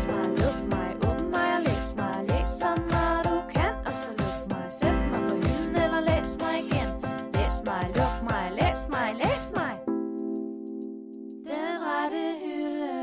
læs mig, luk mig, åbn mig og læs mig. Læs så meget du kan, og så luk mig. Sæt mig på hylden eller læs mig igen. Læs mig, luk mig, læs mig, læs mig. Den rette hylde.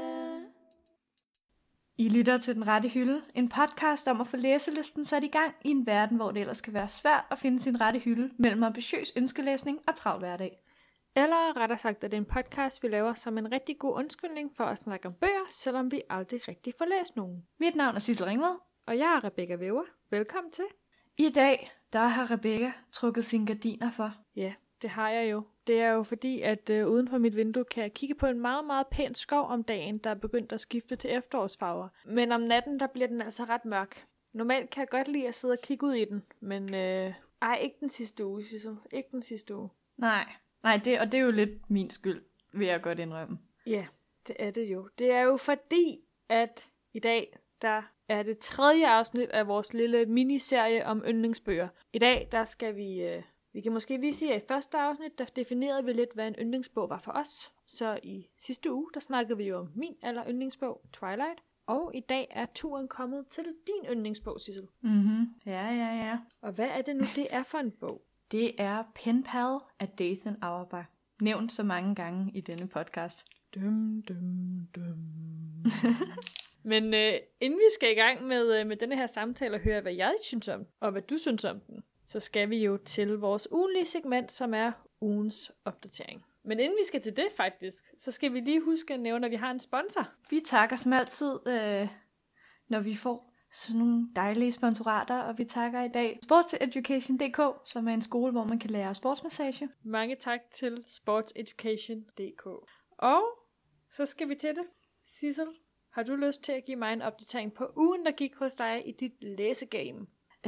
I lytter til Den Rette Hylde, en podcast om at få læselisten sat i gang i en verden, hvor det ellers kan være svært at finde sin rette hylde mellem ambitiøs ønskelæsning og travl hverdag. Eller rettere sagt, at det er en podcast, vi laver som en rigtig god undskyldning for at snakke om bøger, selvom vi aldrig rigtig får læst nogen. Mit navn er Sissel Ringvad. Og jeg er Rebecca Væver. Velkommen til. I dag, der har Rebecca trukket sine gardiner for. Ja, det har jeg jo. Det er jo fordi, at uden for mit vindue kan jeg kigge på en meget, meget pæn skov om dagen, der er begyndt at skifte til efterårsfarver. Men om natten, der bliver den altså ret mørk. Normalt kan jeg godt lide at sidde og kigge ud i den, men ikke den sidste uge, Sissel. Ikke den sidste uge. Nej, det er jo lidt min skyld, vil jeg godt indrømme. Ja, det er det jo. Det er jo fordi, at i dag, der er det 3. afsnit af vores lille miniserie om yndlingsbøger. I dag, der skal vi kan måske lige sige, at i første afsnit, der definerede vi lidt, hvad en yndlingsbog var for os. Så i sidste uge, der snakkede vi jo om min aller yndlingsbog, Twilight. Og i dag er turen kommet til din yndlingsbog, Sissel. Ja. Og hvad er det nu, det er for en bog? Det er Pen Pal af Dathan Auerbach. Nævnt så mange gange i denne podcast. Dum. Men inden vi skal i gang med denne her samtale og høre, hvad jeg synes om, og hvad du synes om den, så skal vi jo til vores ugenlige segment, som er ugens opdatering. Men inden vi skal til det faktisk, så skal vi lige huske at nævne, at vi har en sponsor. Vi takker som altid, når vi får sådan nogle dejlige sponsorater, og vi takker i dag sportseducation.dk, som er en skole, hvor man kan lære sportsmassage. Mange tak til sportseducation.dk. Og så skal vi til det. Sissel, har du lyst til at give mig en opdatering på ugen, der gik hos dig i dit læsegame?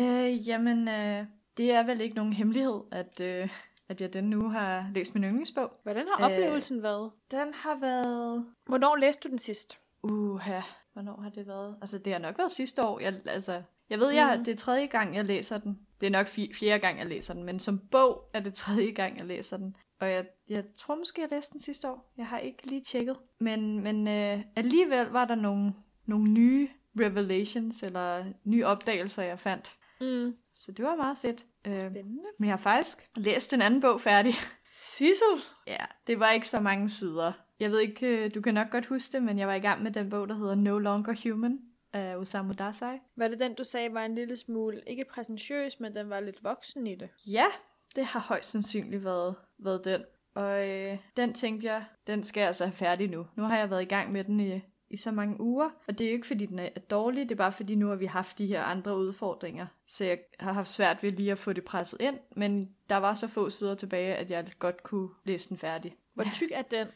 Det er vel ikke nogen hemmelighed, at jeg denne uge har læst min yndlingsbog. Hvordan har oplevelsen været? Den har været... Hvornår læste du den sidst? Hvornår har det været? Altså, det har nok været sidste år. Jeg ved, det er 3. gang, jeg læser den. Det er nok 4. gang, jeg læser den, men som bog er det 3. gang, jeg læser den. Og jeg tror måske, jeg læste den sidste år. Jeg har ikke lige tjekket. Men alligevel var der nogle nye revelations, eller nye opdagelser, jeg fandt. Så det var meget fedt. Spændende. Men jeg har faktisk læst en anden bog færdig. Sissel? Ja, det var ikke så mange sider. Jeg ved ikke, du kan nok godt huske det, men jeg var i gang med den bog, der hedder No Longer Human af Osamu Dazai. Var det den, du sagde var en lille smule, ikke præsentøs, men den var lidt voksen i det? Ja, det har højst sandsynligt været den. Og den tænkte jeg, den skal jeg altså have færdig nu. Nu har jeg været i gang med den i så mange uger, og det er jo ikke fordi den er dårlig, det er bare fordi nu har vi haft de her andre udfordringer, så jeg har haft svært ved lige at få det presset ind, men der var så få sider tilbage, at jeg godt kunne læse den færdig. Hvor tyk er den?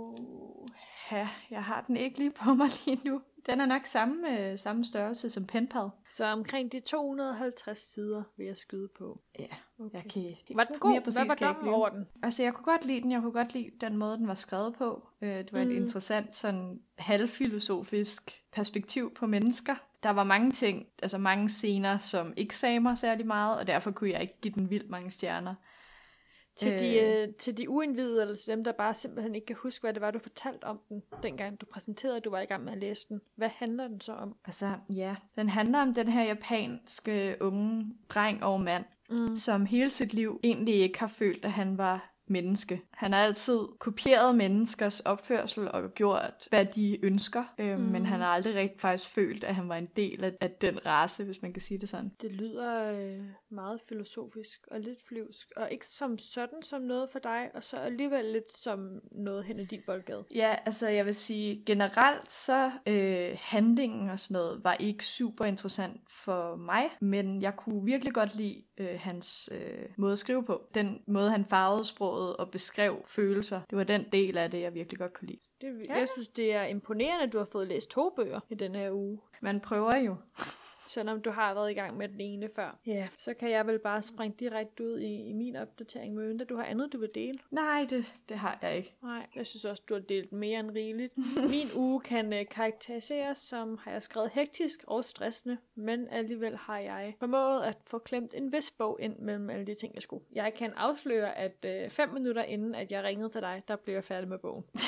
Jeg har den ikke lige på mig lige nu. Den er nok samme størrelse som Pen Pal. Så omkring de 250 sider vil jeg skyde på. Ja, okay. Var den god? Hvad var dommen over den? Altså, jeg kunne godt lide den. Jeg kunne godt lide den måde, den var skrevet på. Det var et interessant, sådan halvfilosofisk perspektiv på mennesker. Der var mange ting, altså mange scener, som ikke sagde mig særlig meget, og derfor kunne jeg ikke give den vildt mange stjerner. Til de uindvidede, eller til dem, der bare simpelthen ikke kan huske, hvad det var, du fortalte om den, dengang du præsenterede, at du var i gang med at læse den. Hvad handler den så om? Altså, ja, den handler om den her japanske unge dreng og mand, som hele sit liv egentlig ikke har følt, at han var menneske. Han har altid kopieret menneskers opførsel og gjort, hvad de ønsker, men han har aldrig rigtig faktisk følt, at han var en del af den race, hvis man kan sige det sådan. Det lyder meget filosofisk og lidt flyvsk, og ikke som sådan som noget for dig, og så alligevel lidt som noget hen i din boldgade. Ja, altså jeg vil sige, generelt så handlingen og sådan noget var ikke super interessant for mig, men jeg kunne virkelig godt lide hans måde at skrive på. Den måde, han farvede sproget og beskrev følelser. Det var den del af det, jeg virkelig godt kunne lide. Jeg synes, det er imponerende, at du har fået læst 2 bøger i den her uge. Man prøver jo. Selvom du har været i gang med den ene før. Ja, så kan jeg vel bare springe direkte ud i min opdatering, med du har andet, du vil dele. Nej, det har jeg ikke. Nej, jeg synes også, du har delt mere end rigeligt. Min uge kan karakteriseres som, har jeg skrevet hektisk og stressende, men alligevel har jeg formået at få klemt en vis bog ind mellem alle de ting, jeg skulle. Jeg kan afsløre, at 5 minutter inden, at jeg ringede til dig, der blev jeg færdig med bogen.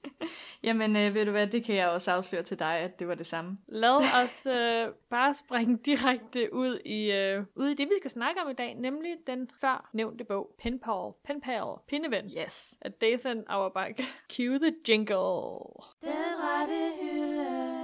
Jamen, ved du hvad, det kan jeg også afsløre til dig, at det var det samme. Lad os bare springe direkte ud i det, vi skal snakke om i dag, nemlig den før nævnte bog, Penpal, Pindeven, Yes. af Dathan Auerbach. Cue the jingle. Den rette hylde.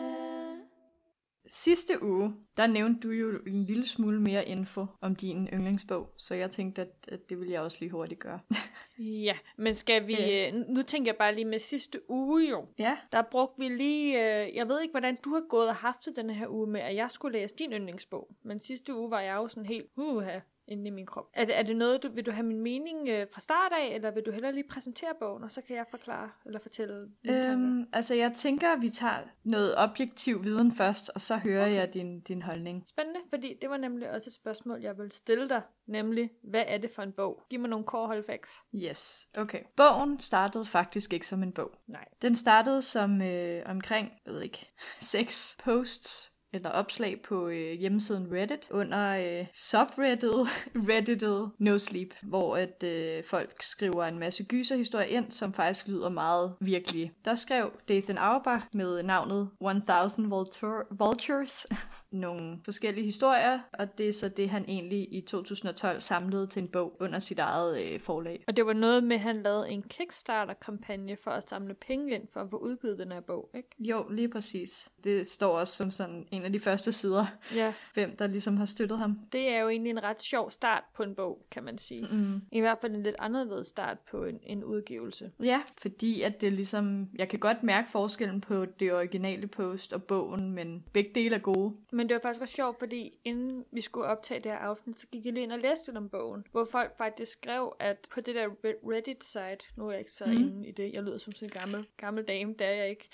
Sidste uge, der nævnte du jo en lille smule mere info om din yndlingsbog, så jeg tænkte, at det ville jeg også lige hurtigt gøre. Ja, men skal vi... Nu tænker jeg bare lige med sidste uge jo. Ja. Der brugte vi lige... jeg ved ikke, hvordan du har gået og haft det denne her uge med, at jeg skulle læse din yndlingsbog. Men sidste uge var jeg jo sådan helt... inde i min krop. Er det noget, vil du have min mening fra start af, eller vil du hellere lige præsentere bogen, og så kan jeg forklare eller fortælle mine tanker? Altså, jeg tænker, at vi tager noget objektiv viden først, og så hører jeg din holdning. Spændende, fordi det var nemlig også et spørgsmål, jeg ville stille dig, nemlig, hvad er det for en bog? Giv mig nogle core hold facts. Yes, okay. Bogen startede faktisk ikke som en bog. Nej. Den startede som omkring, 6 posts, eller opslag på hjemmesiden Reddit, under subredditet No Sleep, hvor at folk skriver en masse gyserhistorier ind, som faktisk lyder meget virkelige. Der skrev Dathan Auerbach med navnet 1000 Vultures nogle forskellige historier, og det er så det, han egentlig i 2012 samlede til en bog under sit eget forlag. Og det var noget med, at han lavede en Kickstarter-kampagne for at samle penge ind for at få udgivet den her bog, ikke? Jo, lige præcis. Det står også som sådan en af de første sider, hvem der ligesom har støttet ham. Det er jo egentlig en ret sjov start på en bog, kan man sige. I hvert fald en lidt anderledes start på en udgivelse. Ja, fordi at det ligesom... Jeg kan godt mærke forskellen på det originale post og bogen, men begge dele er gode. Men det var faktisk også sjovt, fordi inden vi skulle optage det her afsnit, så gik jeg lige ind og læste lidt om bogen, hvor folk faktisk skrev, at på det der Reddit-site, nu er jeg ikke så inde i det, jeg lyder som sådan en gammel dame, det er jeg ikke.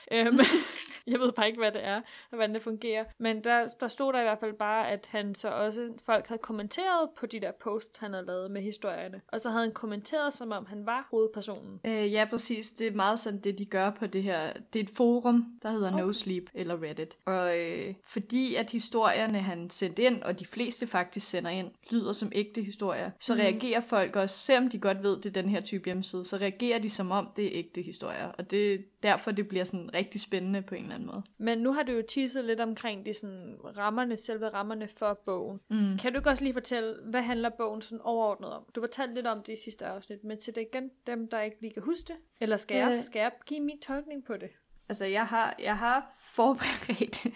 Jeg ved bare ikke, hvad det er, og hvordan det fungerer. Men der stod der i hvert fald bare, at han så også, folk havde kommenteret på de der posts, han havde lavet med historierne. Og så havde han kommenteret, som om han var hovedpersonen. Ja, præcis. Det er meget sådan det, de gør på det her. Det er et forum, der hedder No Sleep, eller Reddit. Og fordi at historierne, han sendte ind, og de fleste faktisk sender ind, lyder som ægte historier, så reagerer folk også, selvom de godt ved, det er den her type hjemmeside, så reagerer de som om, det er ægte historier. Og det er derfor, det bliver sådan rigtig spændende på en eller anden måde. Men nu har du jo teaset lidt omkring de sådan selve rammerne for bogen. Kan du ikke også lige fortælle, hvad handler bogen sådan overordnet om? Du fortalte lidt om det i sidste afsnit, men til det igen, dem der ikke lige kan huske det, eller skal jeg give min tolkning på det? Altså, jeg har forberedt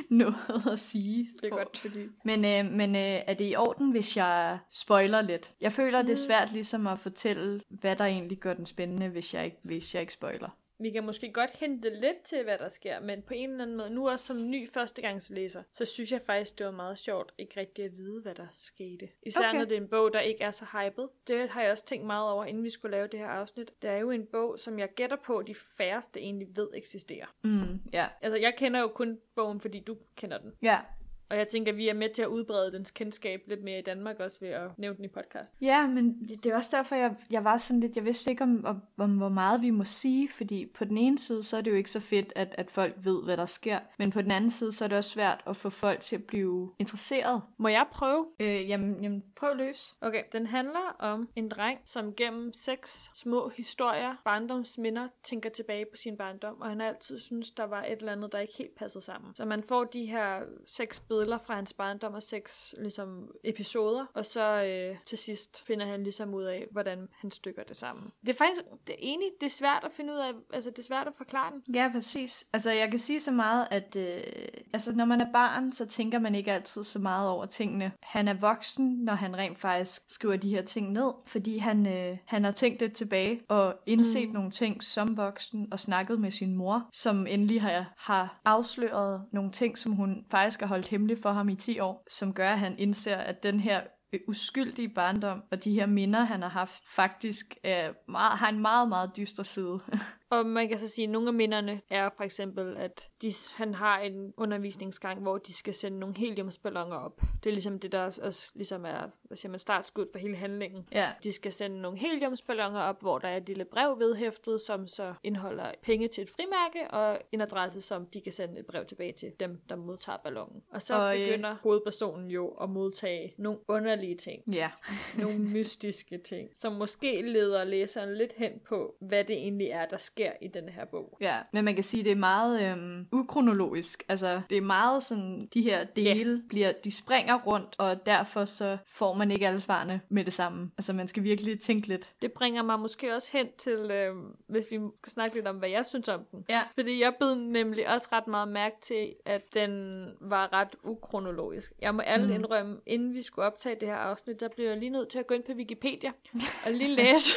noget at sige. Det er godt, fordi... Men er det i orden, hvis jeg spoiler lidt? Jeg føler, det er svært ligesom at fortælle, hvad der egentlig gør den spændende, hvis jeg ikke spoiler. Vi kan måske godt hente lidt til, hvad der sker, men på en eller anden måde, nu også som ny førstegangslæser, så synes jeg faktisk, det var meget sjovt ikke rigtig at vide, hvad der skete. Især når det er en bog, der ikke er så hyped. Det har jeg også tænkt meget over, inden vi skulle lave det her afsnit. Det er jo en bog, som jeg gætter på, de færreste egentlig ved eksisterer. Ja. Altså, jeg kender jo kun bogen, fordi du kender den. Ja. Og jeg tænker, at vi er med til at udbrede dens kendskab lidt mere i Danmark også ved at nævne den i podcast. Ja, men det er også derfor, jeg var sådan lidt, jeg vidste ikke om hvor meget vi må sige, fordi på den ene side, så er det jo ikke så fedt, at folk ved, hvad der sker. Men på den anden side, så er det også svært at få folk til at blive interesseret. Må jeg prøve? Jamen, prøv løs. Okay, den handler om en dreng, som gennem 6 små historier, barndomsminder, tænker tilbage på sin barndom, og han altid synes, der var et eller andet, der ikke helt passede sammen. Så man får de her 6 billeder fra hans barndom og 6 ligesom, episoder, og så til sidst finder han ligesom ud af, hvordan han stykker det sammen. Det er faktisk, det er svært at finde ud af, altså det er svært at forklare den. Ja, præcis. Altså jeg kan sige så meget, at når man er barn, så tænker man ikke altid så meget over tingene. Han er voksen, når han rent faktisk skriver de her ting ned, fordi han har tænkt lidt tilbage og indset nogle ting som voksen og snakket med sin mor, som endelig har afsløret nogle ting, som hun faktisk har holdt hemmeligt for ham i 10 år, som gør, at han indser, at den her uskyldige barndom og de her minder, han har haft, faktisk har en meget, meget dyster side. Og man kan så sige, at nogle af minderne er for eksempel, at han har en undervisningsgang, hvor de skal sende nogle heliumsballoner op. Det er ligesom det, der også ligesom er startskud for hele handlingen. Ja. De skal sende nogle heliumsballoner op, hvor der er et lille brev vedhæftet, som så indeholder penge til et frimærke, og en adresse, som de kan sende et brev tilbage til dem, der modtager ballonen. Og så begynder hovedpersonen jo at modtage nogle underlige ting. Ja. Nogle mystiske ting, som måske leder læseren lidt hen på, hvad det egentlig er, der sker sker i den her bog. Ja, men man kan sige, at det er meget ukronologisk. Altså, det er meget sådan, de her dele de springer rundt, og derfor så får man ikke alle svarene med det samme. Altså, man skal virkelig tænke lidt. Det bringer mig måske også hen til, hvis vi skal snakke lidt om, hvad jeg synes om den. Ja. Fordi jeg bed nemlig også ret meget mærke til, at den var ret ukronologisk. Jeg må ærligt indrømme, inden vi skulle optage det her afsnit, der blev jeg lige nødt til at gå ind på Wikipedia og lige læse,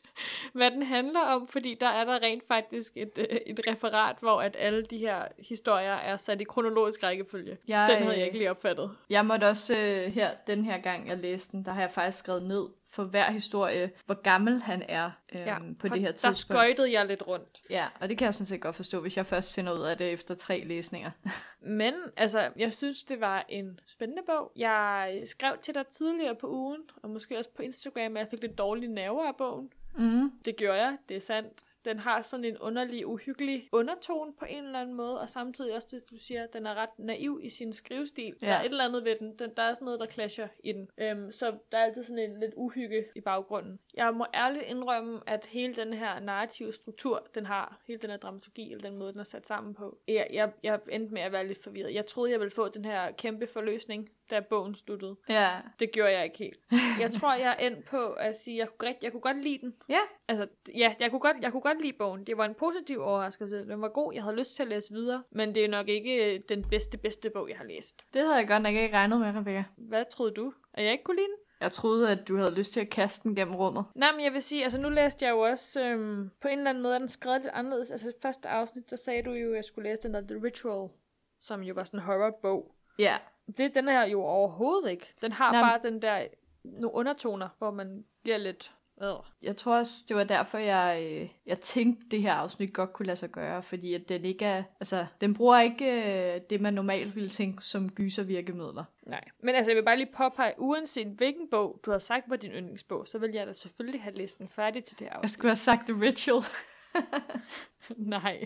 hvad den handler om, fordi der er der rent faktisk et referat, hvor at alle de her historier er sat i kronologisk rækkefølge. Den havde jeg ikke lige opfattet. Jeg måtte også den her gang, jeg læste den, der har jeg faktisk skrevet ned for hver historie, hvor gammel han er på det her tidspunkt. Der skøjtede jeg lidt rundt. Ja, og det kan jeg sådan set godt forstå, hvis jeg først finder ud af det efter 3 læsninger. Men, altså, jeg synes, det var en spændende bog. Jeg skrev til dig tidligere på ugen, og måske også på Instagram, at jeg fik lidt dårlige nerver af bogen. Det gjorde jeg, det er sandt. Den har sådan en underlig, uhyggelig undertone på en eller anden måde, og samtidig også det, du siger, den er ret naiv i sin skrivestil. Ja. Der er et eller andet ved den. Der er sådan noget, der clasher i den. Så der er altid sådan en lidt uhygge i baggrunden. Jeg må ærligt indrømme, at hele den her narrative struktur, den har, hele den her dramaturgi, eller den måde, den er sat sammen på. Jeg endte med at være lidt forvirret. Jeg troede, jeg ville få den her kæmpe forløsning, da bogen sluttede. Ja. Det gjorde jeg ikke helt. Jeg tror, jeg endte på at sige, at jeg kunne godt lide den. Ja. Altså, ja, jeg kunne godt lide bogen. Det var en positiv overraskelse. Den var god. Jeg havde lyst til at læse videre. Men det er nok ikke den bedste bog, jeg har læst. Det havde jeg godt nok ikke regnet med, Rebecca. Hvad troede du? At jeg ikke kunne lide den? Jeg troede, at du havde lyst til at kaste den gennem rummet. Nej, men jeg vil sige, altså nu læste jeg jo også, på en eller anden måde, er den skrevet lidt anderledes. Altså første afsnit, der sagde du jo, at jeg skulle læse den der The Ritual, som jo var sådan en horrorbog. Ja. Den her jo overhovedet ikke. Den har bare den der nogle undertoner, hvor man bliver lidt... Jeg tror også, det var derfor, jeg tænkte, det her afsnit godt kunne lade sig gøre, fordi at den ikke er... Altså, den bruger ikke det, man normalt ville tænke som gyservirkemidler. Nej, men altså, jeg vil bare lige påpege, uanset hvilken bog du har sagt var din yndlingsbog, så vil jeg da selvfølgelig have læst den færdig til det her afsnit. Jeg skulle have sagt The Ritual. Nej.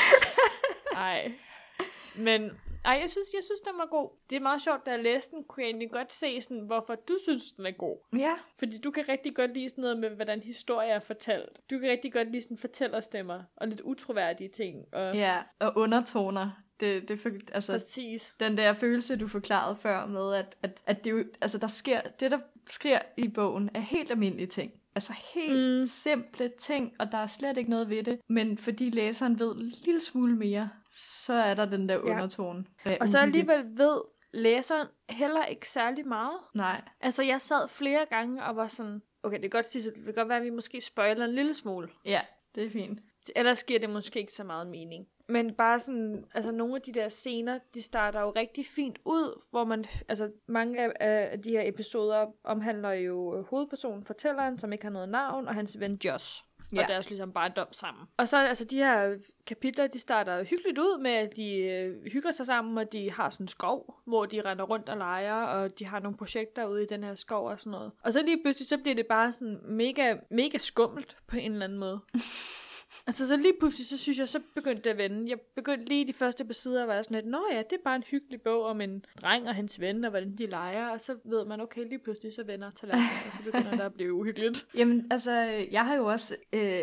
Ej. Men... jeg synes, den var god. Det er meget sjovt, da jeg læste den, kunne jeg egentlig godt se, sådan, hvorfor du synes, den er god. Ja. Fordi du kan rigtig godt lide sådan noget med, hvordan historier er fortalt. Du kan rigtig godt lide sådan fortællerstemmer, og lidt utroværdige ting. Og... Ja, og undertoner. Altså, præcis. Den der følelse, du forklarede før med, at det jo, altså, der sker i bogen, er helt almindelige ting. Altså helt simple ting, og der er slet ikke noget ved det. Men fordi læseren ved en lille smule mere, så er der den der undertone. Og så alligevel ved læseren heller ikke særlig meget. Nej. Altså jeg sad flere gange og var sådan, okay, det kan godt sige, at det kan godt være, at vi måske spoiler en lille smule. Ja, det er fint. Ellers giver det måske ikke så meget mening. Men bare sådan, altså nogle af de der scener, de starter jo rigtig fint ud, hvor man, altså mange af de her episoder omhandler jo hovedpersonen, fortælleren, som ikke har noget navn, og hans ven Josh. Og deres ligesom barndom sammen. Og så altså de her kapitler, de starter hyggeligt ud med, at de hygger sig sammen, og de har sådan en skov, hvor de render rundt og leger, og de har nogle projekter ude i den her skov og sådan noget. Og så lige pludselig, så bliver det bare sådan mega skummelt på en eller anden måde. Altså så lige pludselig, så synes jeg, så begyndte det at vende. Jeg begyndte lige de første par sider at være sådan lidt, nå ja, det er bare en hyggelig bog om en dreng og hans ven, og hvordan de leger, og så ved man, okay, lige pludselig så vender tallerkenen, og så begynder der at blive uhyggeligt. Jamen, altså, jeg har jo også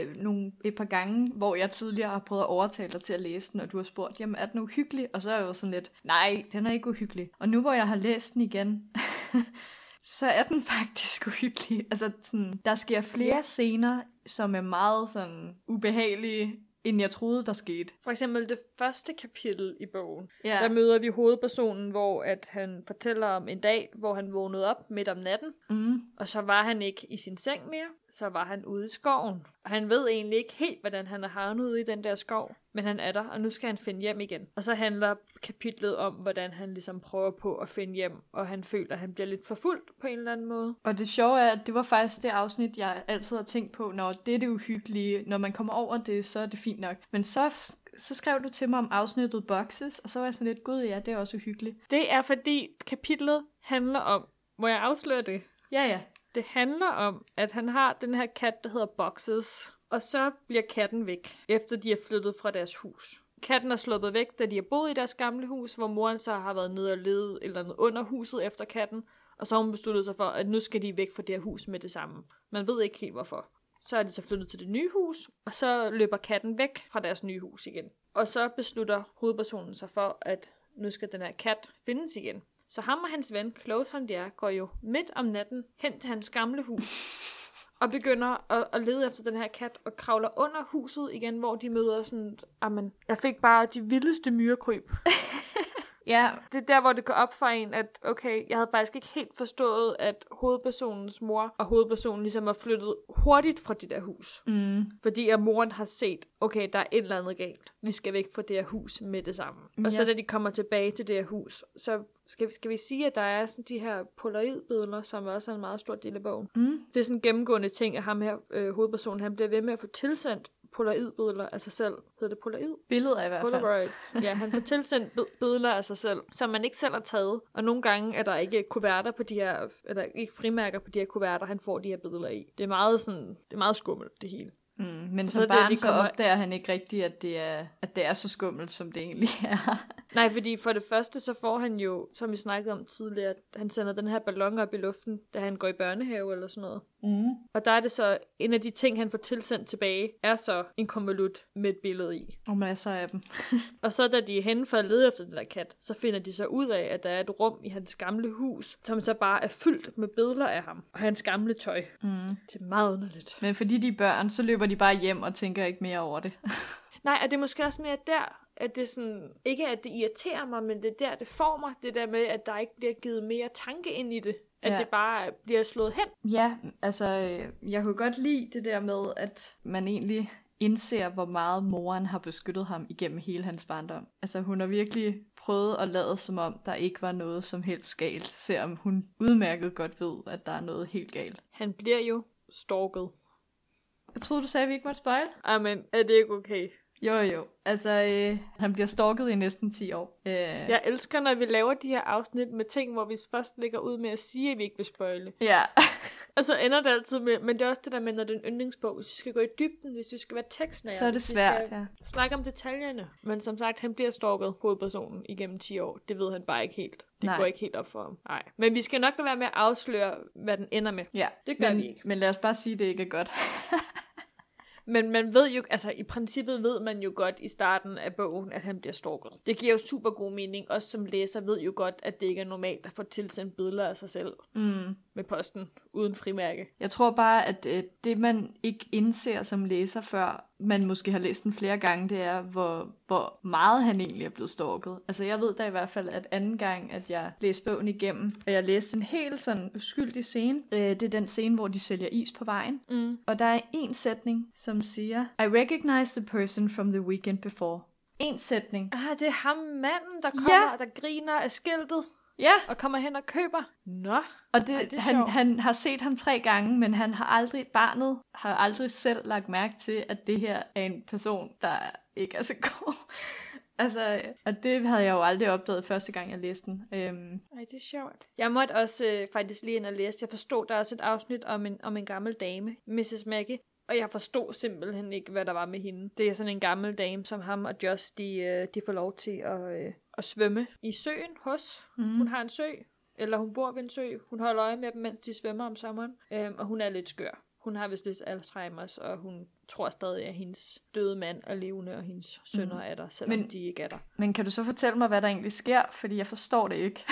et par gange, hvor jeg tidligere har prøvet at overtale dig til at læse den, og du har spurgt, jamen, er den uhyggelig? Og så er jeg jo sådan lidt, nej, den er ikke uhyggelig. Og nu, hvor jeg har læst den igen... så er den faktisk uhyggelig. Altså, sådan, der sker flere scener, som er meget sådan ubehagelige, end jeg troede, der skete. For eksempel det første kapitel i bogen, der møder vi hovedpersonen, hvor at han fortæller om en dag, hvor han vågnede op midt om natten, og så var han ikke i sin seng mere, så var han ude i skoven. Og han ved egentlig ikke helt, hvordan han er havnet ude i den der skov, men han er der, og nu skal han finde hjem igen. Og så handler kapitlet om, hvordan han ligesom prøver på at finde hjem, og han føler, at han bliver lidt forfulgt på en eller anden måde. Og det sjove er, at det var faktisk det afsnit, jeg altid har tænkt på, når det er det uhyggelige, når man kommer over det, så er det fint nok. Men så skrev du til mig om afsnittet Boxes, og så var jeg sådan lidt, gud ja, det er også uhyggeligt. Det er fordi kapitlet handler om, må jeg afsløre det? Ja. Det handler om, at han har den her kat, der hedder Boxes, og så bliver katten væk, efter de er flyttet fra deres hus. Katten er sluppet væk, da de har boet i deres gamle hus, hvor moren så har været nede og ledet eller noget under huset efter katten, og så har hun besluttet sig for, at nu skal de væk fra det her hus med det samme. Man ved ikke helt hvorfor. Så er de så flyttet til det nye hus, og så løber katten væk fra deres nye hus igen. Og så beslutter hovedpersonen sig for, at nu skal den her kat findes igen. Så ham og hans ven, kloge som de er, går jo midt om natten hen til hans gamle hus. Og begynder at lede efter den her kat, og kravler under huset igen, hvor de møder sådan, jeg fik bare de vildeste myrekryb. Ja. Det er der, hvor det går op for en, at okay, jeg havde faktisk ikke helt forstået, at hovedpersonens mor og hovedpersonen ligesom er flyttet hurtigt fra det der hus. Fordi at moren har set, okay, der er et eller andet galt. Vi skal væk fra det her hus med det samme. Og så da de kommer tilbage til det her hus, så skal vi sige, at der er sådan de her polaroidbilleder, som også er en meget stor del af bogen. Det er sådan en gennemgående ting, at ham her, hovedpersonen, han bliver ved med at få tilsendt polaroidbilleder af sig selv. Hedder det polaroid? Billeder i hvert fald. Polaroids. Ja, han får tilsendt billeder af sig selv, som man ikke selv har taget. Og nogle gange er der ikke kuverter på de her, eller ikke frimærker på de her kuverter, han får de her billeder i. Det er meget skummelt, det hele. Men som barn så opdager han ikke rigtigt, at det er så skummelt, som det egentlig er. Nej, fordi for det første, så får han jo, som vi snakkede om tidligere, at han sender den her ballon op i luften, da han går i børnehave eller sådan noget. Og der er det så, en af de ting, han får tilsendt tilbage, er så en konvolut med et billede i. Og masser af dem. Og så da de er henne for at lede efter den der kat, så finder de så ud af, at der er et rum i hans gamle hus, som så bare er fyldt med billeder af ham og hans gamle tøj. Det er meget underligt. Men fordi de er børn, så løber de bare hjem og tænker ikke mere over det. Nej, og det er måske også mere der, at det sådan, ikke at det irriterer mig, men det er der, det får mig, det der med, at der ikke bliver givet mere tanke ind i det. At det bare bliver slået hen. Ja, altså, jeg kunne godt lide det der med, at man egentlig indser, hvor meget moren har beskyttet ham igennem hele hans barndom. Altså, hun har virkelig prøvet at lade som om, der ikke var noget som helst galt, selvom hun udmærket godt ved, at der er noget helt galt. Han bliver jo stalket. Jeg troede, du sagde, at vi ikke måtte spoil. Amen, er det ikke okay? Jo. Altså, han bliver stalket i næsten 10 år. Jeg elsker, når vi laver de her afsnit med ting, hvor vi først lægger ud med at sige, at vi ikke vil spoile. Ja. Og så ender det altid med, men det er også det der med, når det er en yndlingsbog, hvis vi skal gå i dybden, hvis vi skal være tekstnære. Så er det svært, ja. Snakke om detaljerne. Men som sagt, han bliver stalket, hovedpersonen, igennem 10 år. Det ved han bare ikke helt. Det går ikke helt op for ham. Nej. Men vi skal nok lade være med at afsløre, hvad den ender med. Ja. Det gør vi ikke. Men lad os bare sige, at det ikke er godt. Men man ved jo, altså i princippet ved man jo godt i starten af bogen, at han bliver stalket. Det giver jo super god mening. Også som læser ved jo godt, at det ikke er normalt at få tilsendt billeder af sig selv med posten, uden frimærke. Jeg tror bare, at det man ikke indser som læser, før man måske har læst den flere gange, det er, hvor meget han egentlig er blevet stalket. Altså jeg ved da i hvert fald, at anden gang, at jeg læste bogen igennem, og jeg læste en helt sådan uskyldig scene. Det er den scene, hvor de sælger is på vejen. Og der er en sætning, som siger, I recognize the person from the weekend before. En sætning. Det er ham manden, der kommer, der griner af skiltet. Ja. Og kommer hen og køber. Nå. Og han har set ham 3 gange, men barnet har aldrig selv lagt mærke til, at det her er en person, der ikke er så god. Altså, og det havde jeg jo aldrig opdaget første gang, jeg læste den. Ej, det er sjovt. Jeg måtte også faktisk lige ind og læse. Jeg forstod, der er også et afsnit om en gammel dame, Mrs. Maggie. Og jeg forstod simpelthen ikke, hvad der var med hende. Det er sådan en gammel dame, som ham og Joss, de får lov til at svømme i søen hos. Hun har en sø, eller hun bor ved en sø. Hun holder øje med dem, mens de svømmer om sommeren. Og hun er lidt skør. Hun har vist lidt Alzheimer's, og hun tror stadig, at hendes døde mand er levende, og hendes sønner er der, selvom de ikke er der. Men kan du så fortælle mig, hvad der egentlig sker? Fordi jeg forstår det ikke.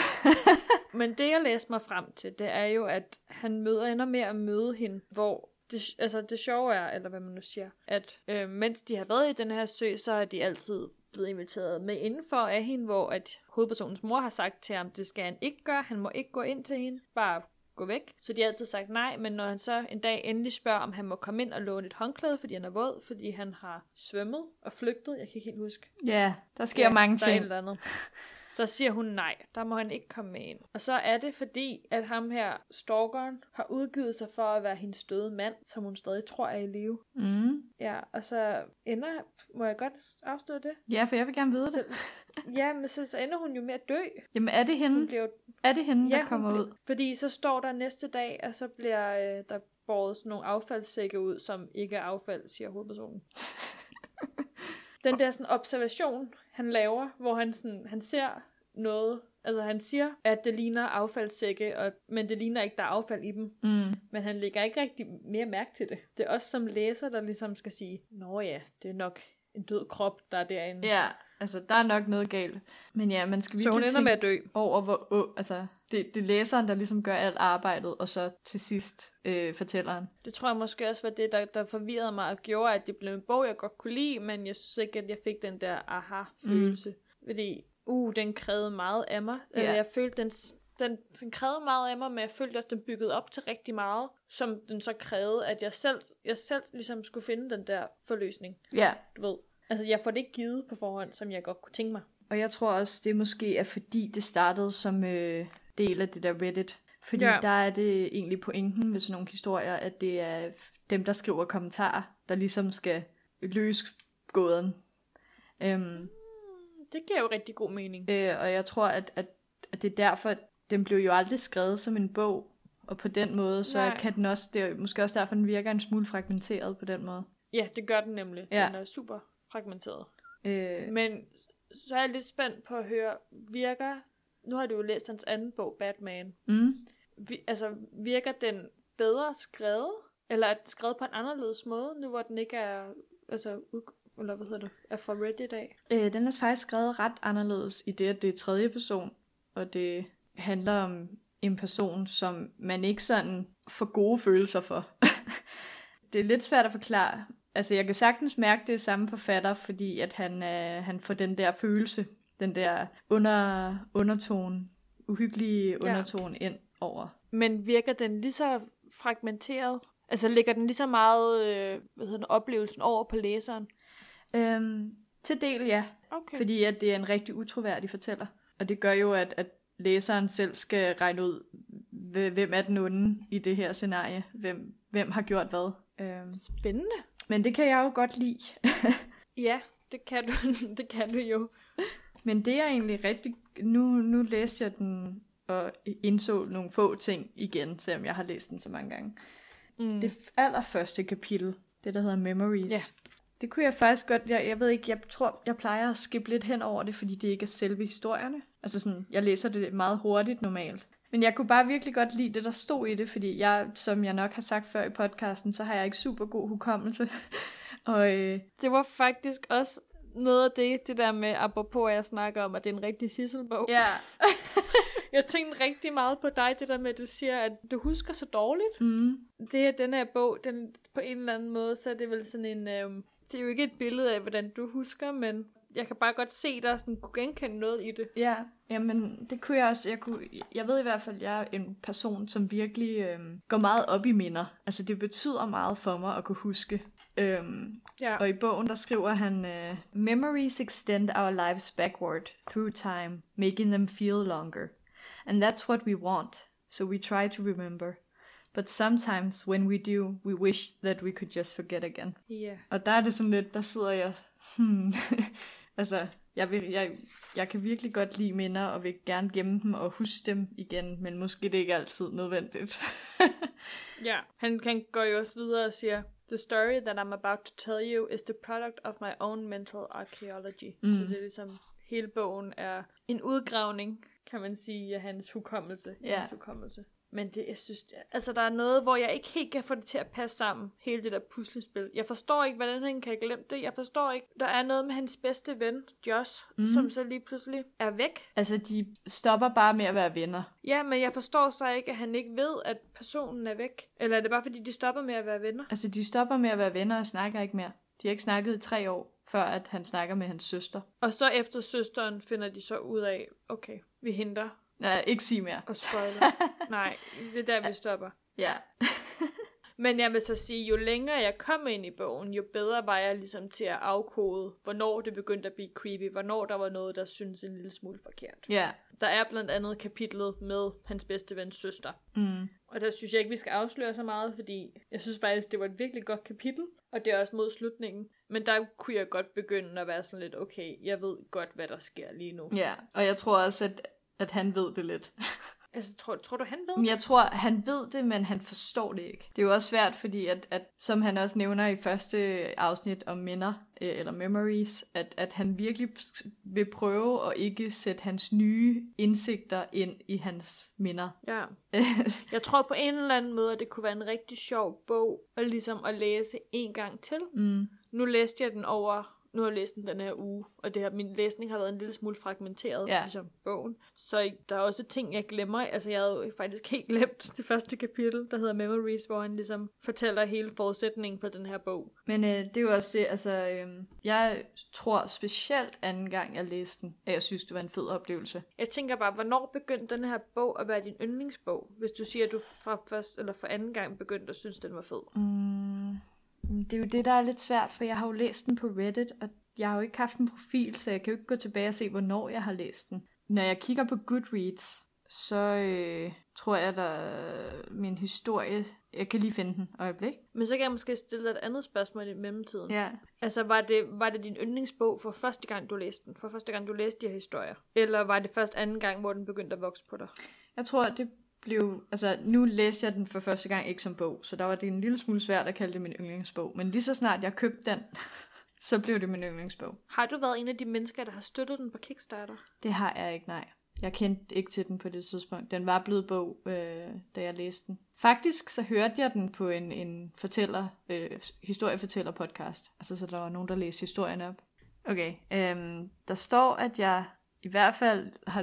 Men det, jeg læste mig frem til, det er jo, at han ender med at møde hende, hvor det sjove er, eller hvad man nu siger, at mens de har været i den her sø, så er de altid blevet inviteret med indenfor af hende, hvor at hovedpersonens mor har sagt til ham, det skal han ikke gøre, han må ikke gå ind til hende, bare gå væk. Så de har altid sagt nej, men når han så en dag endelig spørger, om han må komme ind og låne et håndklæde, fordi han er våd, fordi han har svømmet og flygtet, jeg kan ikke helt huske. Ja, der sker mange ting. Der er et eller andet. Der siger hun nej, der må han ikke komme med ind. Og så er det fordi, at ham her, stalkeren, har udgivet sig for at være hendes døde mand, som hun stadig tror er i live. Ja, og så må jeg godt afsløre det? Ja, for jeg vil gerne vide det. Ja, men så ender hun jo med at dø. Jamen er det hende, der kommer ud? Fordi så står der næste dag, og så bliver der båret sådan nogle affaldssække ud, som ikke er affald, siger hovedpersonen. Den der sådan observation, han laver, hvor han ser noget, Altså han siger, at det ligner affaldssække, men det ligner ikke, der er affald i dem. Men han lægger ikke rigtig mere mærke til det. Det er os som læser, der ligesom skal sige, nå ja, det er nok en død krop, der er derinde. Ja, altså der er nok noget galt. Men ja, man skal virkelig så hun ender med at dø. Over, hvor altså det er læseren, der ligesom gør alt arbejdet, og så til sidst fortælleren. Det tror jeg måske også var det, der forvirrede mig, og gjorde, at det blev en bog, jeg godt kunne lide, men jeg synes ikke, at jeg fik den der aha-følelse. Fordi, den krævede meget af mig. Eller jeg følte, den krævede meget af mig, men jeg følte også, den byggede op til rigtig meget, som den så krævede, at jeg selv ligesom skulle finde den der forløsning. Ja. Du ved. Altså, jeg får det ikke givet på forhånd, som jeg godt kunne tænke mig. Og jeg tror også, det måske er fordi, det startede som del af det der Reddit. Fordi der er det egentlig pointen ved sådan nogle historier, at det er dem, der skriver kommentarer, der ligesom skal løse gåden. Det giver jo rigtig god mening. Og jeg tror, at det er derfor, at den blev jo aldrig skrevet som en bog. Og på den måde, så kan den også, det er måske også derfor, den virker en smule fragmenteret på den måde. Ja, det gør den nemlig. Ja. Den er super fragmenteret. Men så er jeg lidt spændt på at høre, nu har du jo læst hans anden bog, Batman. Virker den bedre skrevet? Eller er den skrevet på en anderledes måde, nu hvor den ikke er, eller hvad hedder det, er fra Reddit af? Den er faktisk skrevet ret anderledes i det, at det er tredje person, og det handler om en person, som man ikke sådan får gode følelser for. Det er lidt svært at forklare. Altså, jeg kan sagtens mærke det samme forfatter, fordi at han får den der følelse, den der undertone, uhyggelige undertone ind over. Men virker den lige så fragmenteret? Altså, lægger den lige så meget oplevelsen over på læseren? Til del, ja. Okay. Fordi at det er en rigtig utroværdig fortæller. Og det gør jo, at læseren selv skal regne ud, hvem er den onde i det her scenarie. Hvem har gjort hvad. Spændende. Men det kan jeg jo godt lide. Ja, det kan du jo. Men det er egentlig rigtig... Nu læste jeg den og indså nogle få ting igen, selvom jeg har læst den så mange gange. Det allerførste kapitel, det der hedder Memories, det kunne jeg faktisk godt... Jeg ved ikke, jeg tror, jeg plejer at skippe lidt hen over det, fordi det ikke er selve historierne. Altså sådan, jeg læser det meget hurtigt normalt. Men jeg kunne bare virkelig godt lide det, der stod i det, fordi som jeg nok har sagt før i podcasten, så har jeg ikke super god hukommelse. Og det var faktisk også noget af det der med, apropos at jeg snakker om, at det er en rigtig Sissel-bog. Ja. Jeg tænkte rigtig meget på dig, det der med, at du siger, at du husker så dårligt. Den her bog, den på en eller anden måde, så er det vel sådan en... det er jo ikke et billede af, hvordan du husker, men jeg kan bare godt se dig sådan kunne genkende noget i det. Ja, jamen det kunne jeg også. Jeg ved i hvert fald, at jeg er en person, som virkelig går meget op i minder. Altså det betyder meget for mig at kunne huske. Og i bogen der skriver han, Memories extend our lives backward through time, making them feel longer. And that's what we want, so we try to remember. But sometimes when we do, we wish that we could just forget again. Yeah. Og der er det sådan lidt, der sidder jeg, altså, jeg kan virkelig godt lide minder, og vil gerne gemme dem og huske dem igen, men måske det ikke altid nødvendigt. Ja, han går jo også videre og siger, The story that I'm about to tell you is the product of my own mental archaeology. Så det er ligesom, hele bogen er en udgravning, kan man sige, af hans hukommelse. Ja. Hans hukommelse. Men det, jeg synes, altså der er noget, hvor jeg ikke helt kan få det til at passe sammen, hele det der puslespil. Jeg forstår ikke, hvordan han kan glemme det. Jeg forstår ikke, der er noget med hans bedste ven, Josh, som så lige pludselig er væk. Altså, de stopper bare med at være venner. Ja, men jeg forstår så ikke, at han ikke ved, at personen er væk. Eller er det bare, fordi de stopper med at være venner? Altså, de stopper med at være venner og snakker ikke mere. De har ikke snakket i 3 år, før at han snakker med hans søster. Og så efter søsteren finder de så ud af, okay, vi henter. Nej, ikke sige mere. Og spoiler. Nej, det er der, vi stopper. Ja. Men jeg vil så sige, jo længere jeg kom ind i bogen, jo bedre var jeg ligesom til at afkode, hvornår det begyndte at blive creepy, hvornår der var noget, der syntes en lille smule forkert. Ja. Der er blandt andet kapitlet med hans bedste vens søster. Og der synes jeg ikke, vi skal afsløre så meget, fordi jeg synes faktisk, det var et virkelig godt kapitel, og det er også mod slutningen. Men der kunne jeg godt begynde at være sådan lidt, okay, jeg ved godt, hvad der sker lige nu. Ja, og jeg tror også, at han ved det lidt. Altså, tror du, han ved det? Jeg tror, han ved det, men han forstår det ikke. Det er jo også svært, fordi at som han også nævner i første afsnit om minder, eller memories, at han virkelig vil prøve at ikke sætte hans nye indsigter ind i hans minder. Ja. Jeg tror på en eller anden måde, at det kunne være en rigtig sjov bog, og ligesom at læse en gang til. Nu læste jeg den nu har jeg læst den her uge, og min læsning har været en lille smule fragmenteret, ligesom bogen. Så der er også ting, jeg glemmer. Altså, jeg havde faktisk helt glemt det første kapitel, der hedder Memories, hvor han ligesom fortæller hele forudsætningen på den her bog. Men det er jo også det, altså, jeg tror specielt anden gang, jeg læste den, at jeg synes, det var en fed oplevelse. Jeg tænker bare, hvornår begyndte den her bog at være din yndlingsbog? Hvis du siger, at du fra anden gang begyndte at synes, den var fed. Det er jo det, der er lidt svært, for jeg har jo læst den på Reddit, og jeg har jo ikke haft en profil, så jeg kan jo ikke gå tilbage og se, hvornår jeg har læst den. Når jeg kigger på Goodreads, så tror jeg, der min historie... Jeg kan lige finde den øjeblik. Men så kan jeg måske stille dig et andet spørgsmål i mellemtiden. Ja. Altså, var det din yndlingsbog for første gang, du læste den? For første gang, du læste de her historier? Eller var det først anden gang, hvor den begyndte at vokse på dig? Jeg tror, det blev... Altså, nu læste jeg den for første gang ikke som bog, så der var det en lille smule svært at kalde det min yndlingsbog. Men lige så snart jeg købte den, så blev det min yndlingsbog. Har du været en af de mennesker, der har støttet den på Kickstarter? Det har jeg ikke, nej. Jeg kendte ikke til den på det tidspunkt. Den var blevet bog, da jeg læste den. Faktisk så hørte jeg den på en historiefortæller podcast. Altså, så der var nogen, der læste historien op. Okay, der står, at jeg i hvert fald har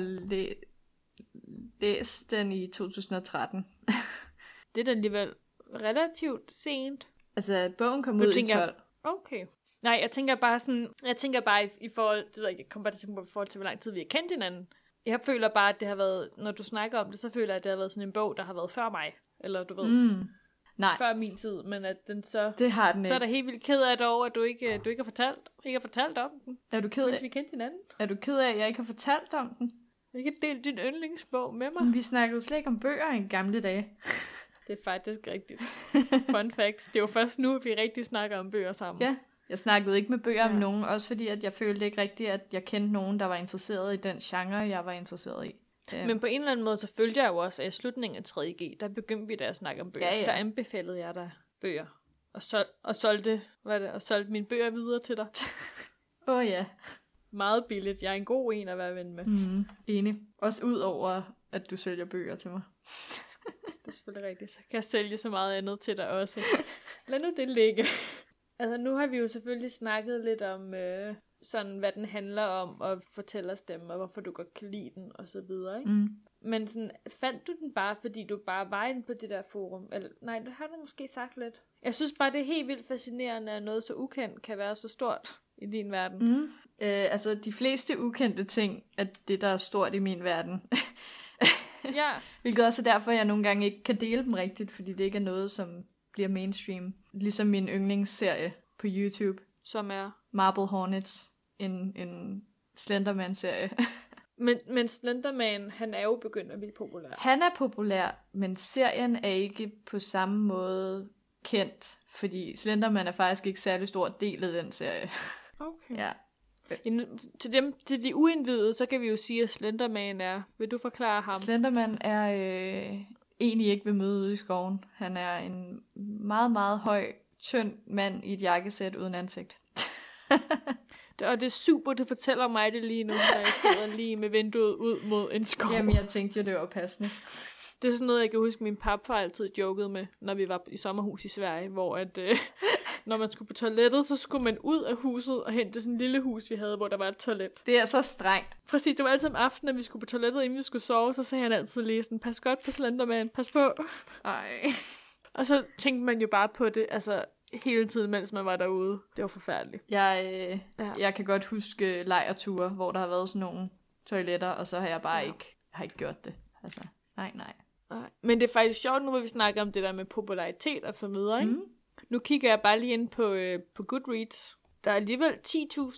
læst den i 2013. Det er da alligevel relativt sent. Altså, bogen kom ud i 12. Okay. Nej, jeg tænker bare i forhold til, jeg kommer bare til at tænke på, i forhold til, hvor lang tid vi har kendt hinanden. Jeg føler bare, at det har været, når du snakker om det, så føler jeg, at det har været sådan en bog, der har været før mig. Eller du ved, før min tid, men at den så... Det har den ikke. Så er der helt vildt ked af det over, at du ikke har fortalt om den. Er du ked af, mens vi kendte hinanden? Er du ked af, at jeg ikke har fortalt om den? Jeg kan dele din yndlingsbog med mig. Men vi snakkede jo slet ikke om bøger i gamle dage. Det er faktisk rigtigt. Fun fact. Det er jo først nu, at vi rigtig snakker om bøger sammen. Ja, jeg snakkede ikke med bøger om nogen, også fordi at jeg følte ikke rigtigt, at jeg kendte nogen, der var interesseret i den genre, jeg var interesseret i. Men på en eller anden måde, så følte jeg jo også, at i slutningen af 3.G, der begyndte vi da at snakke om bøger. Ja. Der anbefalede jeg dig bøger. Og solgte mine bøger videre til dig. Ja. Meget billigt. Jeg er en god en at være ven med. Enig. Også ud over, at du sælger bøger til mig. Det er selvfølgelig rigtigt. Så kan jeg sælge så meget andet til dig også. Lad nu det ligge. Altså, nu har vi jo selvfølgelig snakket lidt om, sådan, hvad den handler om, og fortællerstemme, og hvorfor du godt kan lide den, og så videre, ikke? Men sådan, fandt du den bare, fordi du bare var inde på det der forum? Eller, nej, det har du måske sagt lidt. Jeg synes bare, det er helt vildt fascinerende, at noget så ukendt kan være så stort i din verden. Altså, de fleste ukendte ting er det, der er stort i min verden. Ja. Hvilket også er derfor, jeg nogle gange ikke kan dele dem rigtigt, fordi det ikke er noget, som bliver mainstream. Ligesom min yndlingsserie på YouTube. Som er? Marble Hornets. En Slenderman-serie. men Slenderman, han er jo begyndt at blive populær. Han er populær, men serien er ikke på samme måde kendt. Fordi Slenderman er faktisk ikke særlig stor del af den serie. Okay. Ja. Til de uindvidede, så kan vi jo sige, at Slenderman er... Vil du forklare ham? Slenderman er egentlig ikke ved møde ude i skoven. Han er en meget, meget høj, tynd mand i et jakkesæt uden ansigt. Og det er super, du fortæller mig det lige nu, når jeg sidder lige med vinduet ud mod en skov. Jamen, jeg tænkte jo, det var passende. Det er sådan noget, jeg kan huske, min papfar altid jokede med, når vi var i sommerhus i Sverige, hvor at, når man skulle på toilettet, så skulle man ud af huset og hente sådan en lille hus, vi havde, hvor der var et toilet. Det er så strengt. Præcis, det var altid om aftenen, at vi skulle på toilettet, inden vi skulle sove, så sagde han altid lige sådan, pas godt på Slenderman, pas på. Ej. Og så tænkte man jo bare på det, altså hele tiden, mens man var derude. Det var forfærdeligt. Jeg kan godt huske lejrture, hvor der har været sådan nogle toiletter, og så har jeg bare ikke gjort det. Altså, nej. Men det er faktisk sjovt nu, hvor vi snakker om det der med popularitet og så videre, ikke? Nu kigger jeg bare lige ind på Goodreads. Der er alligevel 10.614,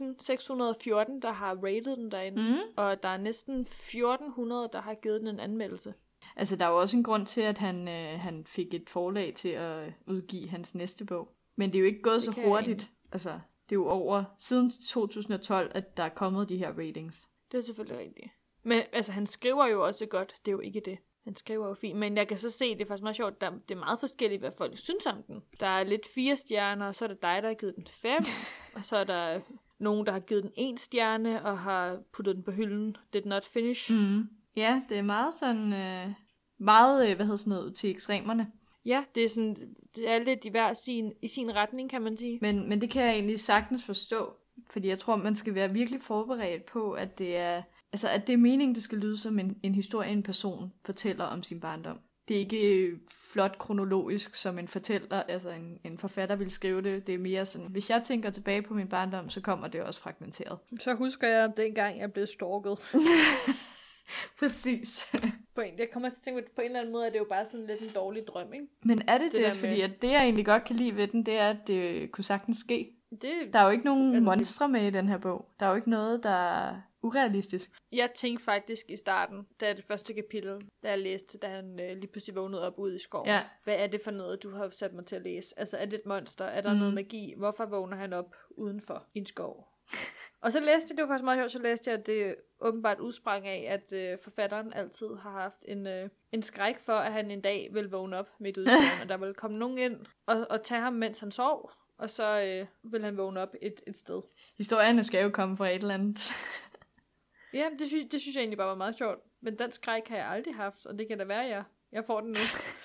der har rated den derinde, og der er næsten 1.400, der har givet den en anmeldelse. Altså, der er jo også en grund til, at han fik et forlag til at udgive hans næste bog. Men det er jo ikke gået så hurtigt. Altså, det er jo over siden 2012, at der er kommet de her ratings. Det er selvfølgelig rigtigt. Men altså, han skriver jo også godt. Det er jo ikke det. Han skriver jo fint, men jeg kan så se, det er faktisk meget sjovt, det er meget forskelligt, hvad folk synes om den. Der er lidt 4 stjerner, og så er det dig, der har givet den 5, og så er der nogen, der har givet den 1 stjerne, og har puttet den på hylden. Did not finish. Ja, det er meget sådan, meget, til ekstremerne. Ja, det er lidt i sin retning, kan man sige. Men det kan jeg egentlig sagtens forstå, fordi jeg tror, man skal være virkelig forberedt på, at det er, at det er meningen, det skal lyde som en historie, en person fortæller om sin barndom. Det er ikke flot kronologisk, som en fortæller, en forfatter vil skrive det. Det er mere sådan, hvis jeg tænker tilbage på min barndom, så kommer det også fragmenteret. Så husker jeg dengang, jeg blev stalket. Præcis. Jeg kommer til at tænke, på en eller anden måde, at det er jo bare sådan lidt en dårlig drøm, ikke? Men er det fordi at det, jeg egentlig godt kan lide ved den, det er, at det kunne sagtens ske. Der er jo ikke nogen monstre med i den her bog. Der er jo ikke noget, der er urealistisk. Jeg tænkte faktisk i starten, da det første kapitel, da jeg læste, da han lige pludselig vågnede op ude i skoven. Ja. Hvad er det for noget, du har sat mig til at læse? Er det et monster? Er der noget magi? Hvorfor vågner han op udenfor i en skov? Og så læste det var faktisk meget sjovt, at det åbenbart udsprang af, at forfatteren altid har haft en skræk for, at han en dag vil vågne op midt ude i skoven, og der vil komme nogen ind og tage ham, mens han sov, og så vil han vågne op et sted. Historierne skal jo komme fra et eller andet. Ja, det synes jeg egentlig bare var meget sjovt. Men den skræk har jeg aldrig haft, og det kan da være, jeg får den nu.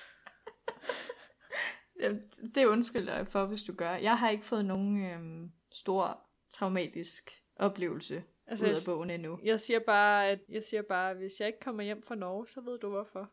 Det undskylder jeg for, hvis du gør. Jeg har ikke fået nogen stor traumatisk oplevelse ud af bogen endnu. Jeg siger bare, at hvis jeg ikke kommer hjem fra Norge, så ved du hvorfor.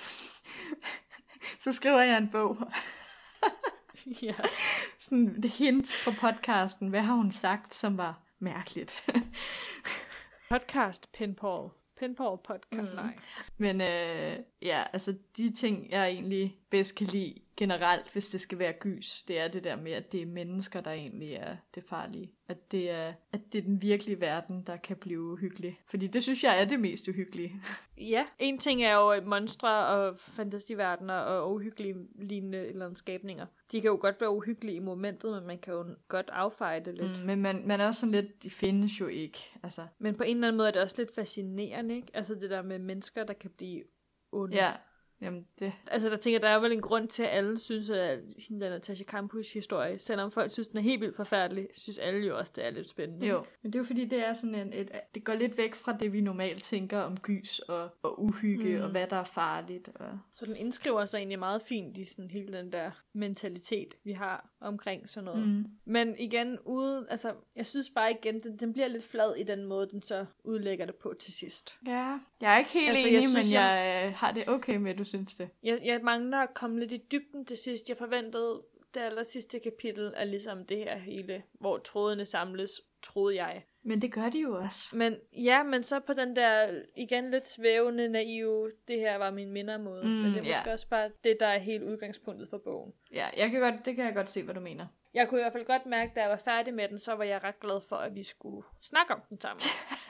Så skriver jeg en bog. Ja. Sådan det hint fra podcasten. Hvad har hun sagt, som var mærkeligt? Podcast Pinball podcast, nej. Men de ting, jeg egentlig bedst kan lide generelt, hvis det skal være gys, det er det der med, at det er mennesker, der egentlig er det farlige. At det er den virkelige verden, der kan blive uhyggelig. Fordi det synes jeg er det mest uhyggelige. Ja, en ting er jo monstre og fantasiverdener og uhyggelige lignende eller skabninger. De kan jo godt være uhyggelige i momentet, men man kan jo godt affeje det lidt. Men man er også sådan lidt, de findes jo ikke. Altså. Men på en eller anden måde er det også lidt fascinerende, ikke? Altså det der med mennesker, der kan blive onde. Ja. Jamen det. Altså der er vel en grund til, at alle synes, at hende der Natasha Kampusch historie, selvom folk synes, den er helt vildt forfærdelig, synes alle jo også, det er lidt spændende. Jo, men det er jo fordi, det er sådan det går lidt væk fra det, vi normalt tænker om gys og uhygge og hvad der er farligt. Og. Så den indskriver sig egentlig meget fint i sådan hele den der mentalitet, vi har omkring sådan noget. Men igen, jeg synes bare igen, den bliver lidt flad i den måde, den så udlægger det på til sidst. Ja, jeg er ikke helt enig, men jeg har det okay med, at du synes det. Jeg mangler at komme lidt i dybden til sidst. Jeg forventede, det aller sidste kapitel er ligesom det her hele, hvor trådene samles, troede jeg. Men det gør de jo også. Men så på den der, igen lidt svævende, naive, det her var min mindermåde. Men det er måske også bare det, der er helt udgangspunktet for bogen. Ja, det kan jeg godt se, hvad du mener. Jeg kunne i hvert fald godt mærke, da jeg var færdig med den, så var jeg ret glad for, at vi skulle snakke om den sammen.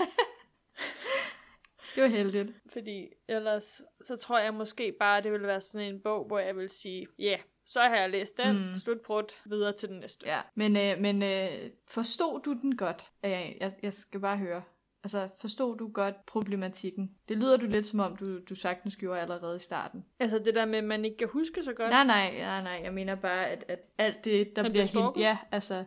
Det var heldigt. Fordi ellers, så tror jeg måske bare, det ville være sådan en bog, hvor jeg vil sige, så har jeg læst den, slutbrud, videre til den næste. Ja, men forstod du den godt? Jeg skal bare høre. Altså, forstod du godt problematikken? Det lyder du lidt som om, du sagtens gjorde allerede i starten. Altså det der med, at man ikke kan huske så godt? Nej. Jeg mener bare, at alt det, der bliver hende... Ja, altså...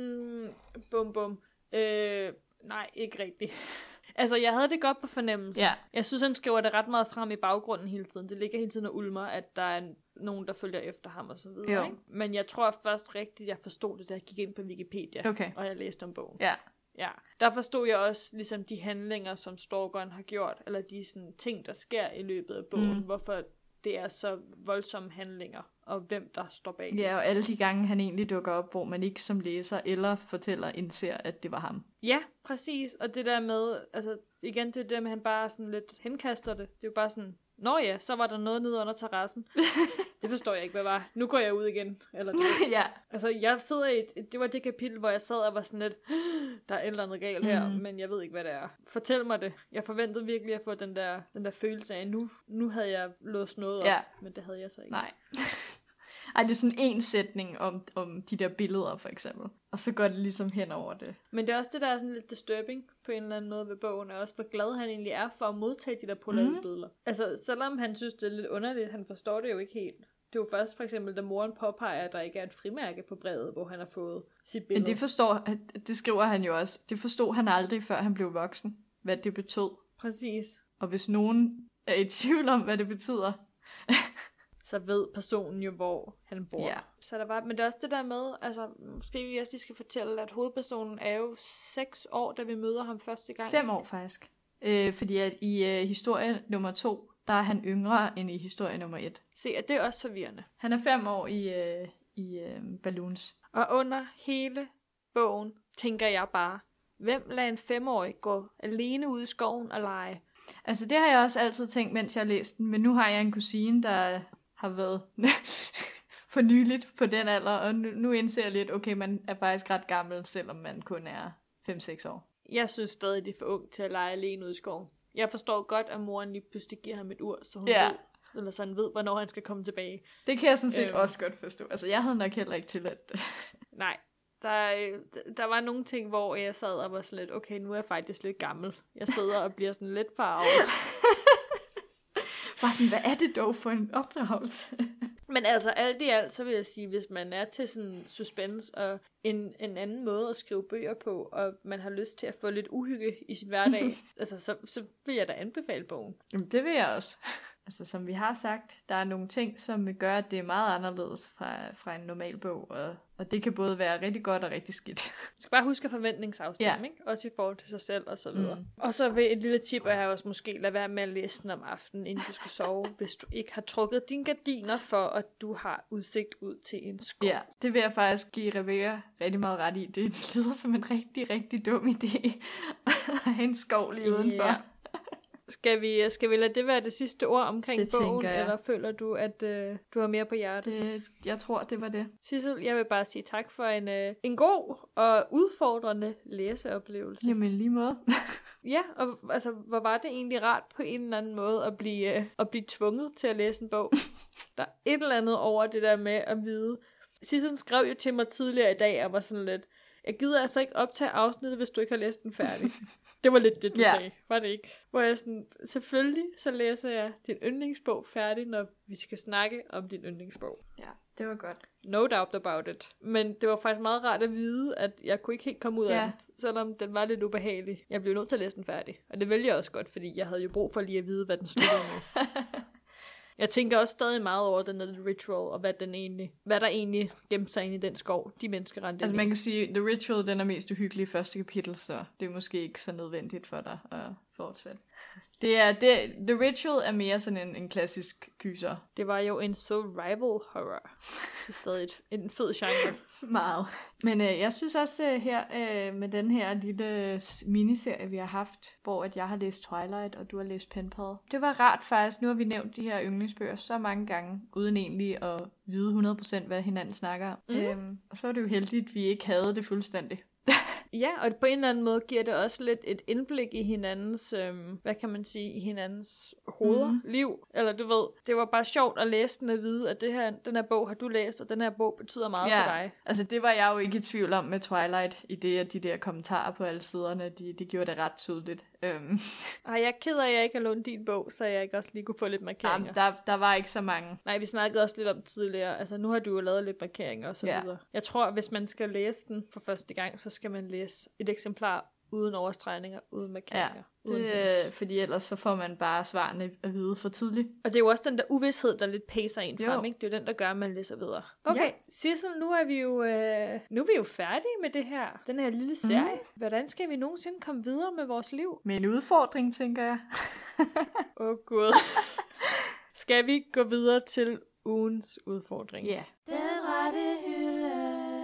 Nej, ikke rigtigt. Altså, jeg havde det godt på fornemmelsen. Ja. Jeg synes, han skriver det ret meget frem i baggrunden hele tiden. Det ligger hele tiden og ulmer, at der er nogen, der følger efter ham og så videre. Ikke? Men jeg tror først rigtigt, jeg forstod det, da jeg gik ind på Wikipedia, og jeg læste om bogen. Ja. Der forstod jeg også ligesom de handlinger, som stalkeren har gjort, eller de sådan, ting, der sker i løbet af bogen. Hvorfor det er så voldsomme handlinger, og hvem der står bag. Ja, og alle de gange, han egentlig dukker op, hvor man ikke som læser eller fortæller indser, at det var ham. Ja, præcis. Og det der med, altså igen, det der med, at han bare sådan lidt henkaster det. Det er jo bare sådan, nå ja, så var der noget nede under terrassen. Det forstår jeg ikke, hvad var. Nu går jeg ud igen. Eller det. Ja. Altså, jeg sidder det var det kapitel, hvor jeg sad og var sådan lidt, der er et eller andet galt her, men jeg ved ikke, hvad det er. Fortæl mig det. Jeg forventede virkelig at få den der følelse af, nu havde jeg låst noget op, men det havde jeg så ikke. Nej. Ej, det er sådan en sætning om de der billeder, for eksempel. Og så går det ligesom hen over det. Men det er også det, der er sådan lidt disturbing på en eller anden måde ved bogen, og også hvor glad han egentlig er for at modtage de der polaroidbilleder. Altså, selvom han synes, det er lidt underligt, han forstår det jo ikke helt. Det er jo først for eksempel, da moren påpeger, at der ikke er et frimærke på brevet, hvor han har fået sit billede. Men det skriver han jo også. Det forstod han aldrig, før han blev voksen, hvad det betød. Præcis. Og hvis nogen er i tvivl om, hvad det betyder, så ved personen jo, hvor han bor. Ja. Så der var, men det er også det der med, altså, måske vi også lige skal fortælle, at hovedpersonen er jo 6 år, da vi møder ham første gang. 5 år faktisk. Fordi at i historie nummer 2, der er han yngre end i historie nummer 1. Se, og det er også forvirrende. Han er 5 år i Balloons. Og under hele bogen tænker jeg bare, hvem lader en 5-årig gå alene ud i skoven og lege? Altså det har jeg også altid tænkt, mens jeg læste den, men nu har jeg en kusine, der har været for nyligt på den alder, og nu indser jeg lidt, okay, man er faktisk ret gammel, selvom man kun er 5-6 år. Jeg synes stadig, det er for ung til at lege alene ude i skoven. Jeg forstår godt, at moren lige pludselig giver ham et ur, så hun ved, eller så han ved, hvornår han skal komme tilbage. Det kan jeg sådan set også godt forstå. Altså jeg havde nok heller ikke tilladt det. Nej. Der var nogle ting, hvor jeg sad og var sådan lidt, okay, nu er jeg faktisk lidt gammel. Jeg sidder og bliver sådan lidt farvet. Bare sådan, hvad er det dog for en opdragelse? Men altså, alt i alt, så vil jeg sige, hvis man er til sådan suspense og en anden måde at skrive bøger på, og man har lyst til at få lidt uhygge i sin hverdag, altså, så vil jeg da anbefale bogen. Jamen, det vil jeg også. Altså, som vi har sagt, der er nogle ting, som gør, at det er meget anderledes fra en normal bog, og det kan både være rigtig godt og rigtig skidt. Man skal bare huske forventningsafstemme, ikke? Også i forhold til sig selv og så videre. Og så vil et lille tip er også måske lade være med at læse den om aftenen, inden du skal sove, hvis du ikke har trukket dine gardiner for, at du har udsigt ud til en skov. Ja, det vil jeg faktisk give Rebecca rigtig meget ret i. Det lyder som en rigtig, rigtig dum idé at have en skov lige udenfor. Ja. Skal vi lade det være det sidste ord omkring bogen, eller føler du, at du har mere på hjertet? Jeg tror, det var det. Sissel, jeg vil bare sige tak for en god og udfordrende læseoplevelse. Jamen lige måde. Ja, og altså, hvor var det egentlig rart på en eller anden måde at blive tvunget til at læse en bog. Der er et eller andet over det der med at vide. Sissel skrev jo til mig tidligere i dag, og var sådan lidt, jeg gider altså ikke optage afsnittet, hvis du ikke har læst den færdig. Det var lidt det, du sagde. Var det ikke? Hvor jeg sådan, selvfølgelig så læser jeg din yndlingsbog færdig, når vi skal snakke om din yndlingsbog. Ja, det var godt. No doubt about it. Men det var faktisk meget rart at vide, at jeg kunne ikke helt komme ud af den, selvom den var lidt ubehagelig. Jeg blev nødt til at læse den færdig. Og det vælger jeg også godt, fordi jeg havde jo brug for lige at vide, hvad den sluttede med. Jeg tænker også stadig meget over den der Ritual, og hvad der egentlig gemte sig inde i den skov, de mennesker rendte. Altså man kan sige, The Ritual, den er mest uhyggelig i første kapitel, så det er måske ikke så nødvendigt for dig at fortsætte. The Ritual er mere sådan en klassisk gyser. Det var jo en survival horror. Det er stadig en fed genre. Meget. Men jeg synes også her med den her lille miniserie, vi har haft, hvor at jeg har læst Twilight, og du har læst Penpal. Det var rart faktisk. Nu har vi nævnt de her yndlingsbøger så mange gange, uden egentlig at vide 100% hvad hinanden snakker om. Og så er det jo heldigt, at vi ikke havde det fuldstændigt. Ja, og på en eller anden måde giver det også lidt et indblik i hinandens, hvad kan man sige, i hinandens hoveder, liv. Eller du ved, det var bare sjovt at læse den og vide, at den her bog har du læst, og den her bog betyder meget for dig. Altså det var jeg jo ikke i tvivl om med Twilight, i det at de der kommentarer på alle siderne, de gjorde det ret tydeligt. Jeg er ked af, at jeg ikke har lånt din bog, så jeg ikke også lige kunne få lidt markeringer. Jamen, der var ikke så mange. Nej, vi snakkede også lidt om tidligere. Altså nu har du jo lavet lidt markeringer og så videre. Jeg tror, at hvis man skal læse den for første gang, så skal man læse et eksemplar uden overstregninger, uden markeringer. Fordi ellers så får man bare svarene at vide for tidligt. Og det er jo også den der uvidshed, der lidt pacer en frem, ikke? Det er jo den, der gør, at man læser videre. Okay, Sissel, nu er vi jo færdige med den her lille serie. Hvordan skal vi nogensinde komme videre med vores liv? Med en udfordring, tænker jeg. Gud. Skal vi gå videre til ugens udfordring? Ja. Den rette hylde.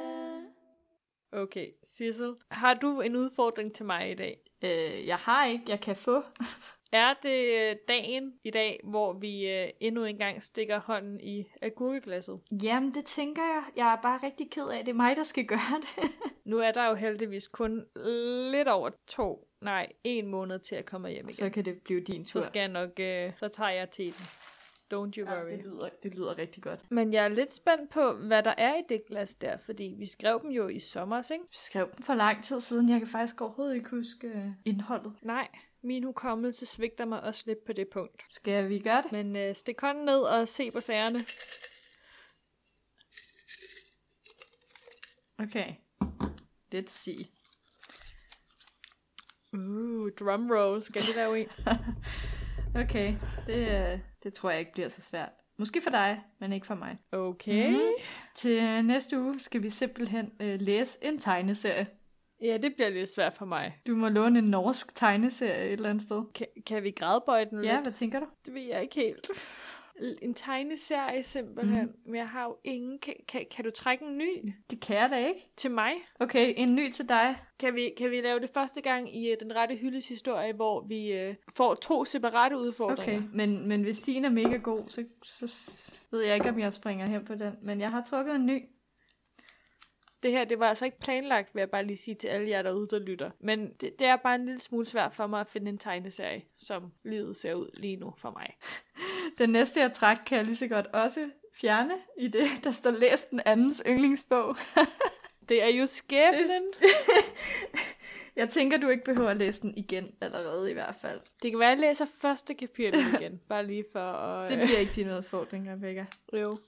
Okay, Sissel, har du en udfordring til mig i dag? Jeg har ikke, jeg kan få. Er det dagen i dag, hvor vi endnu en gang stikker hånden i agurkeglasset? Jamen, det tænker jeg. Jeg er bare rigtig ked af, det er mig, der skal gøre det. Nu er der jo heldigvis kun lidt over 1 måned til at komme hjem igen. Så kan det blive din tur. Så skal jeg nok, så tager jeg teten. Don't you worry. Ja, det lyder rigtig godt. Men jeg er lidt spændt på, hvad der er i det glas der, fordi vi skrev dem jo i sommer, ikke? Vi skrev dem for lang tid siden. Jeg kan faktisk overhovedet ikke huske indholdet. Nej, min hukommelse svigter mig også lidt på det punkt. Skal vi gøre det? Men stik hånden ned og se på sagerne. Okay. Let's see. Drumroll. Skal det lave en? Okay, det tror jeg ikke bliver så svært. Måske for dig, men ikke for mig. Okay. Mm-hmm. Til næste uge skal vi simpelthen læse en tegneserie. Ja, det bliver lidt svært for mig. Du må låne en norsk tegneserie et eller andet sted. Kan vi grædbøje den lidt? Ja, hvad tænker du? Det ved jeg ikke helt. En tegneserie simpelthen. Men jeg har jo ingen... Kan du trække en ny? Det kan jeg da ikke. Til mig? Okay, en ny til dig. Kan vi lave det første gang i den rette hyldes historie, hvor vi får 2 separate udfordringer? Okay, men hvis din er mega god, så ved jeg ikke, om jeg springer hen på den. Men jeg har trukket en ny. Det her, det var altså ikke planlagt, vil jeg bare lige sige til alle jer derude, der lytter. Men det er bare en lille smule svært for mig at finde en tegneserie, som livet ser ud lige nu for mig. Den næste, jeg træk, kan jeg lige så godt også fjerne i det, der står læst den andens yndlingsbog. Det er jo skæbnen. Jeg tænker, du ikke behøver at læse den igen allerede i hvert fald. Det kan være, at jeg læser første kapitel igen. Bare lige for at... Det bliver ikke din udfordring, Rebecca. Jo.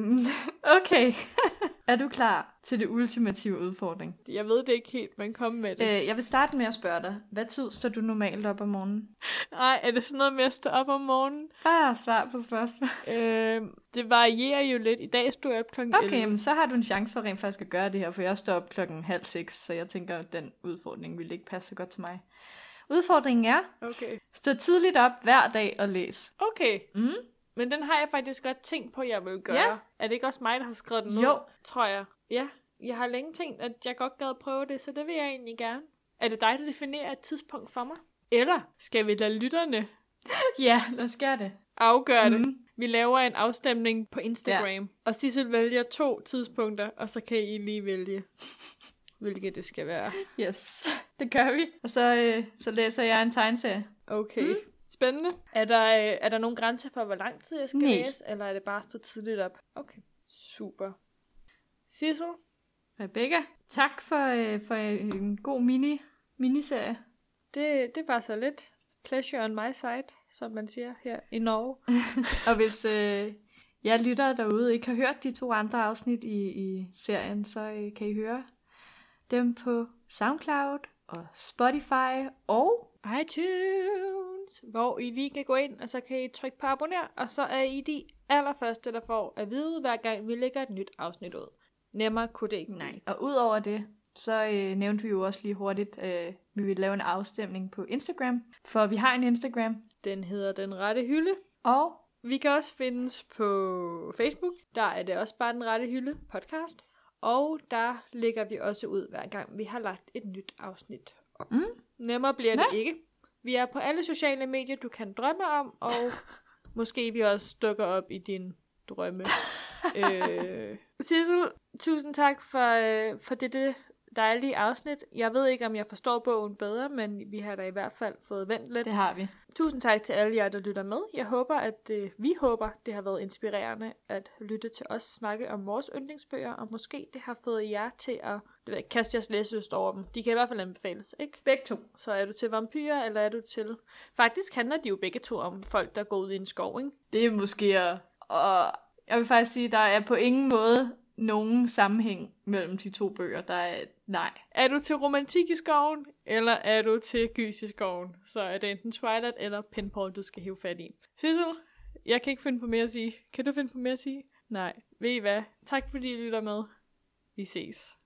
Okay. Er du klar til det ultimative udfordring? Jeg ved det ikke helt, men kom med det. Jeg vil starte med at spørge dig. Hvad tid står du normalt op om morgenen? Nej, er det sådan noget med at stå op om morgenen? Bare svar på spørgsmål. Det varierer jo lidt. I dag stod jeg op klokken 11. Okay, men så har du en chance for rent faktisk at gøre det her, for jeg står op 5:30, så jeg tænker, at den udfordring ville ikke passe så godt til mig. Udfordringen er, stå tidligt op hver dag og læs. Okay. Men den har jeg faktisk godt tænkt på, jeg vil gøre. Ja. Er det ikke også mig, der har skrevet den ned? Jo. Tror jeg. Ja, jeg har længe tænkt, at jeg godt gad prøve det, så det vil jeg egentlig gerne. Er det dig, der definerer et tidspunkt for mig? Eller skal vi lade lytterne Ja, lad os gøre det. afgøre det? Vi laver en afstemning på Instagram, og Sissel vælger 2 tidspunkter, og så kan I lige vælge, hvilket det skal være. Yes, det gør vi. Og så læser jeg en tegneserie. Okay. Spændende. Er der nogen grænse for, hvor lang tid jeg skal læse, eller er det bare stå tidligt op? Okay. Super. Sissel? Rebecca, tak for en god miniserie. Det var så lidt pleasure on my side, som man siger her i Norge. Og hvis jeg lytter derude ikke har hørt de 2 andre afsnit i serien, så kan I høre dem på SoundCloud og Spotify og iTunes, hvor I lige kan gå ind, og så kan I trykke på abonner, og så er I de allerførste, der får at vide, hver gang vi lægger et nyt afsnit ud. Nemmere kunne det ikke. Nej. Og udover det, så nævnte vi jo også lige hurtigt, vi vil lave en afstemning på Instagram, for vi har en Instagram. Den hedder Den Rette Hylde. Og vi kan også findes på Facebook. Der er det også bare Den Rette Hylde podcast. Og der lægger vi også ud, hver gang vi har lagt et nyt afsnit op. Nemmere bliver det ikke. Vi er på alle sociale medier, du kan drømme om, og måske vi også dukker op i din drømme. Sissel, tusind tak for dette dejlige afsnit. Jeg ved ikke, om jeg forstår bogen bedre, men vi har da i hvert fald fået vendt lidt. Det har vi. Tusind tak til alle jer, der lytter med. Jeg håber, vi håber, det har været inspirerende at lytte til os snakke om vores yndlingsbøger, og måske det har fået jer til at kaste jeres læselyst over dem. De kan i hvert fald anbefales, ikke? Begge 2. Så er du til vampyrer, eller er du til... Faktisk handler de jo begge 2 om folk, der går ud i en skov, ikke? Det er måske... Og jeg vil faktisk sige, der er på ingen måde nogen sammenhæng mellem de 2 bøger. Der er... Nej. Er du til romantik i skoven, eller er du til gys i skoven? Så er det enten Twilight eller Pinball, du skal hive fat i. Sissel, jeg kan ikke finde på mere at sige. Kan du finde på mere at sige? Nej. Ved I hvad? Tak fordi I lytter med. Vi ses.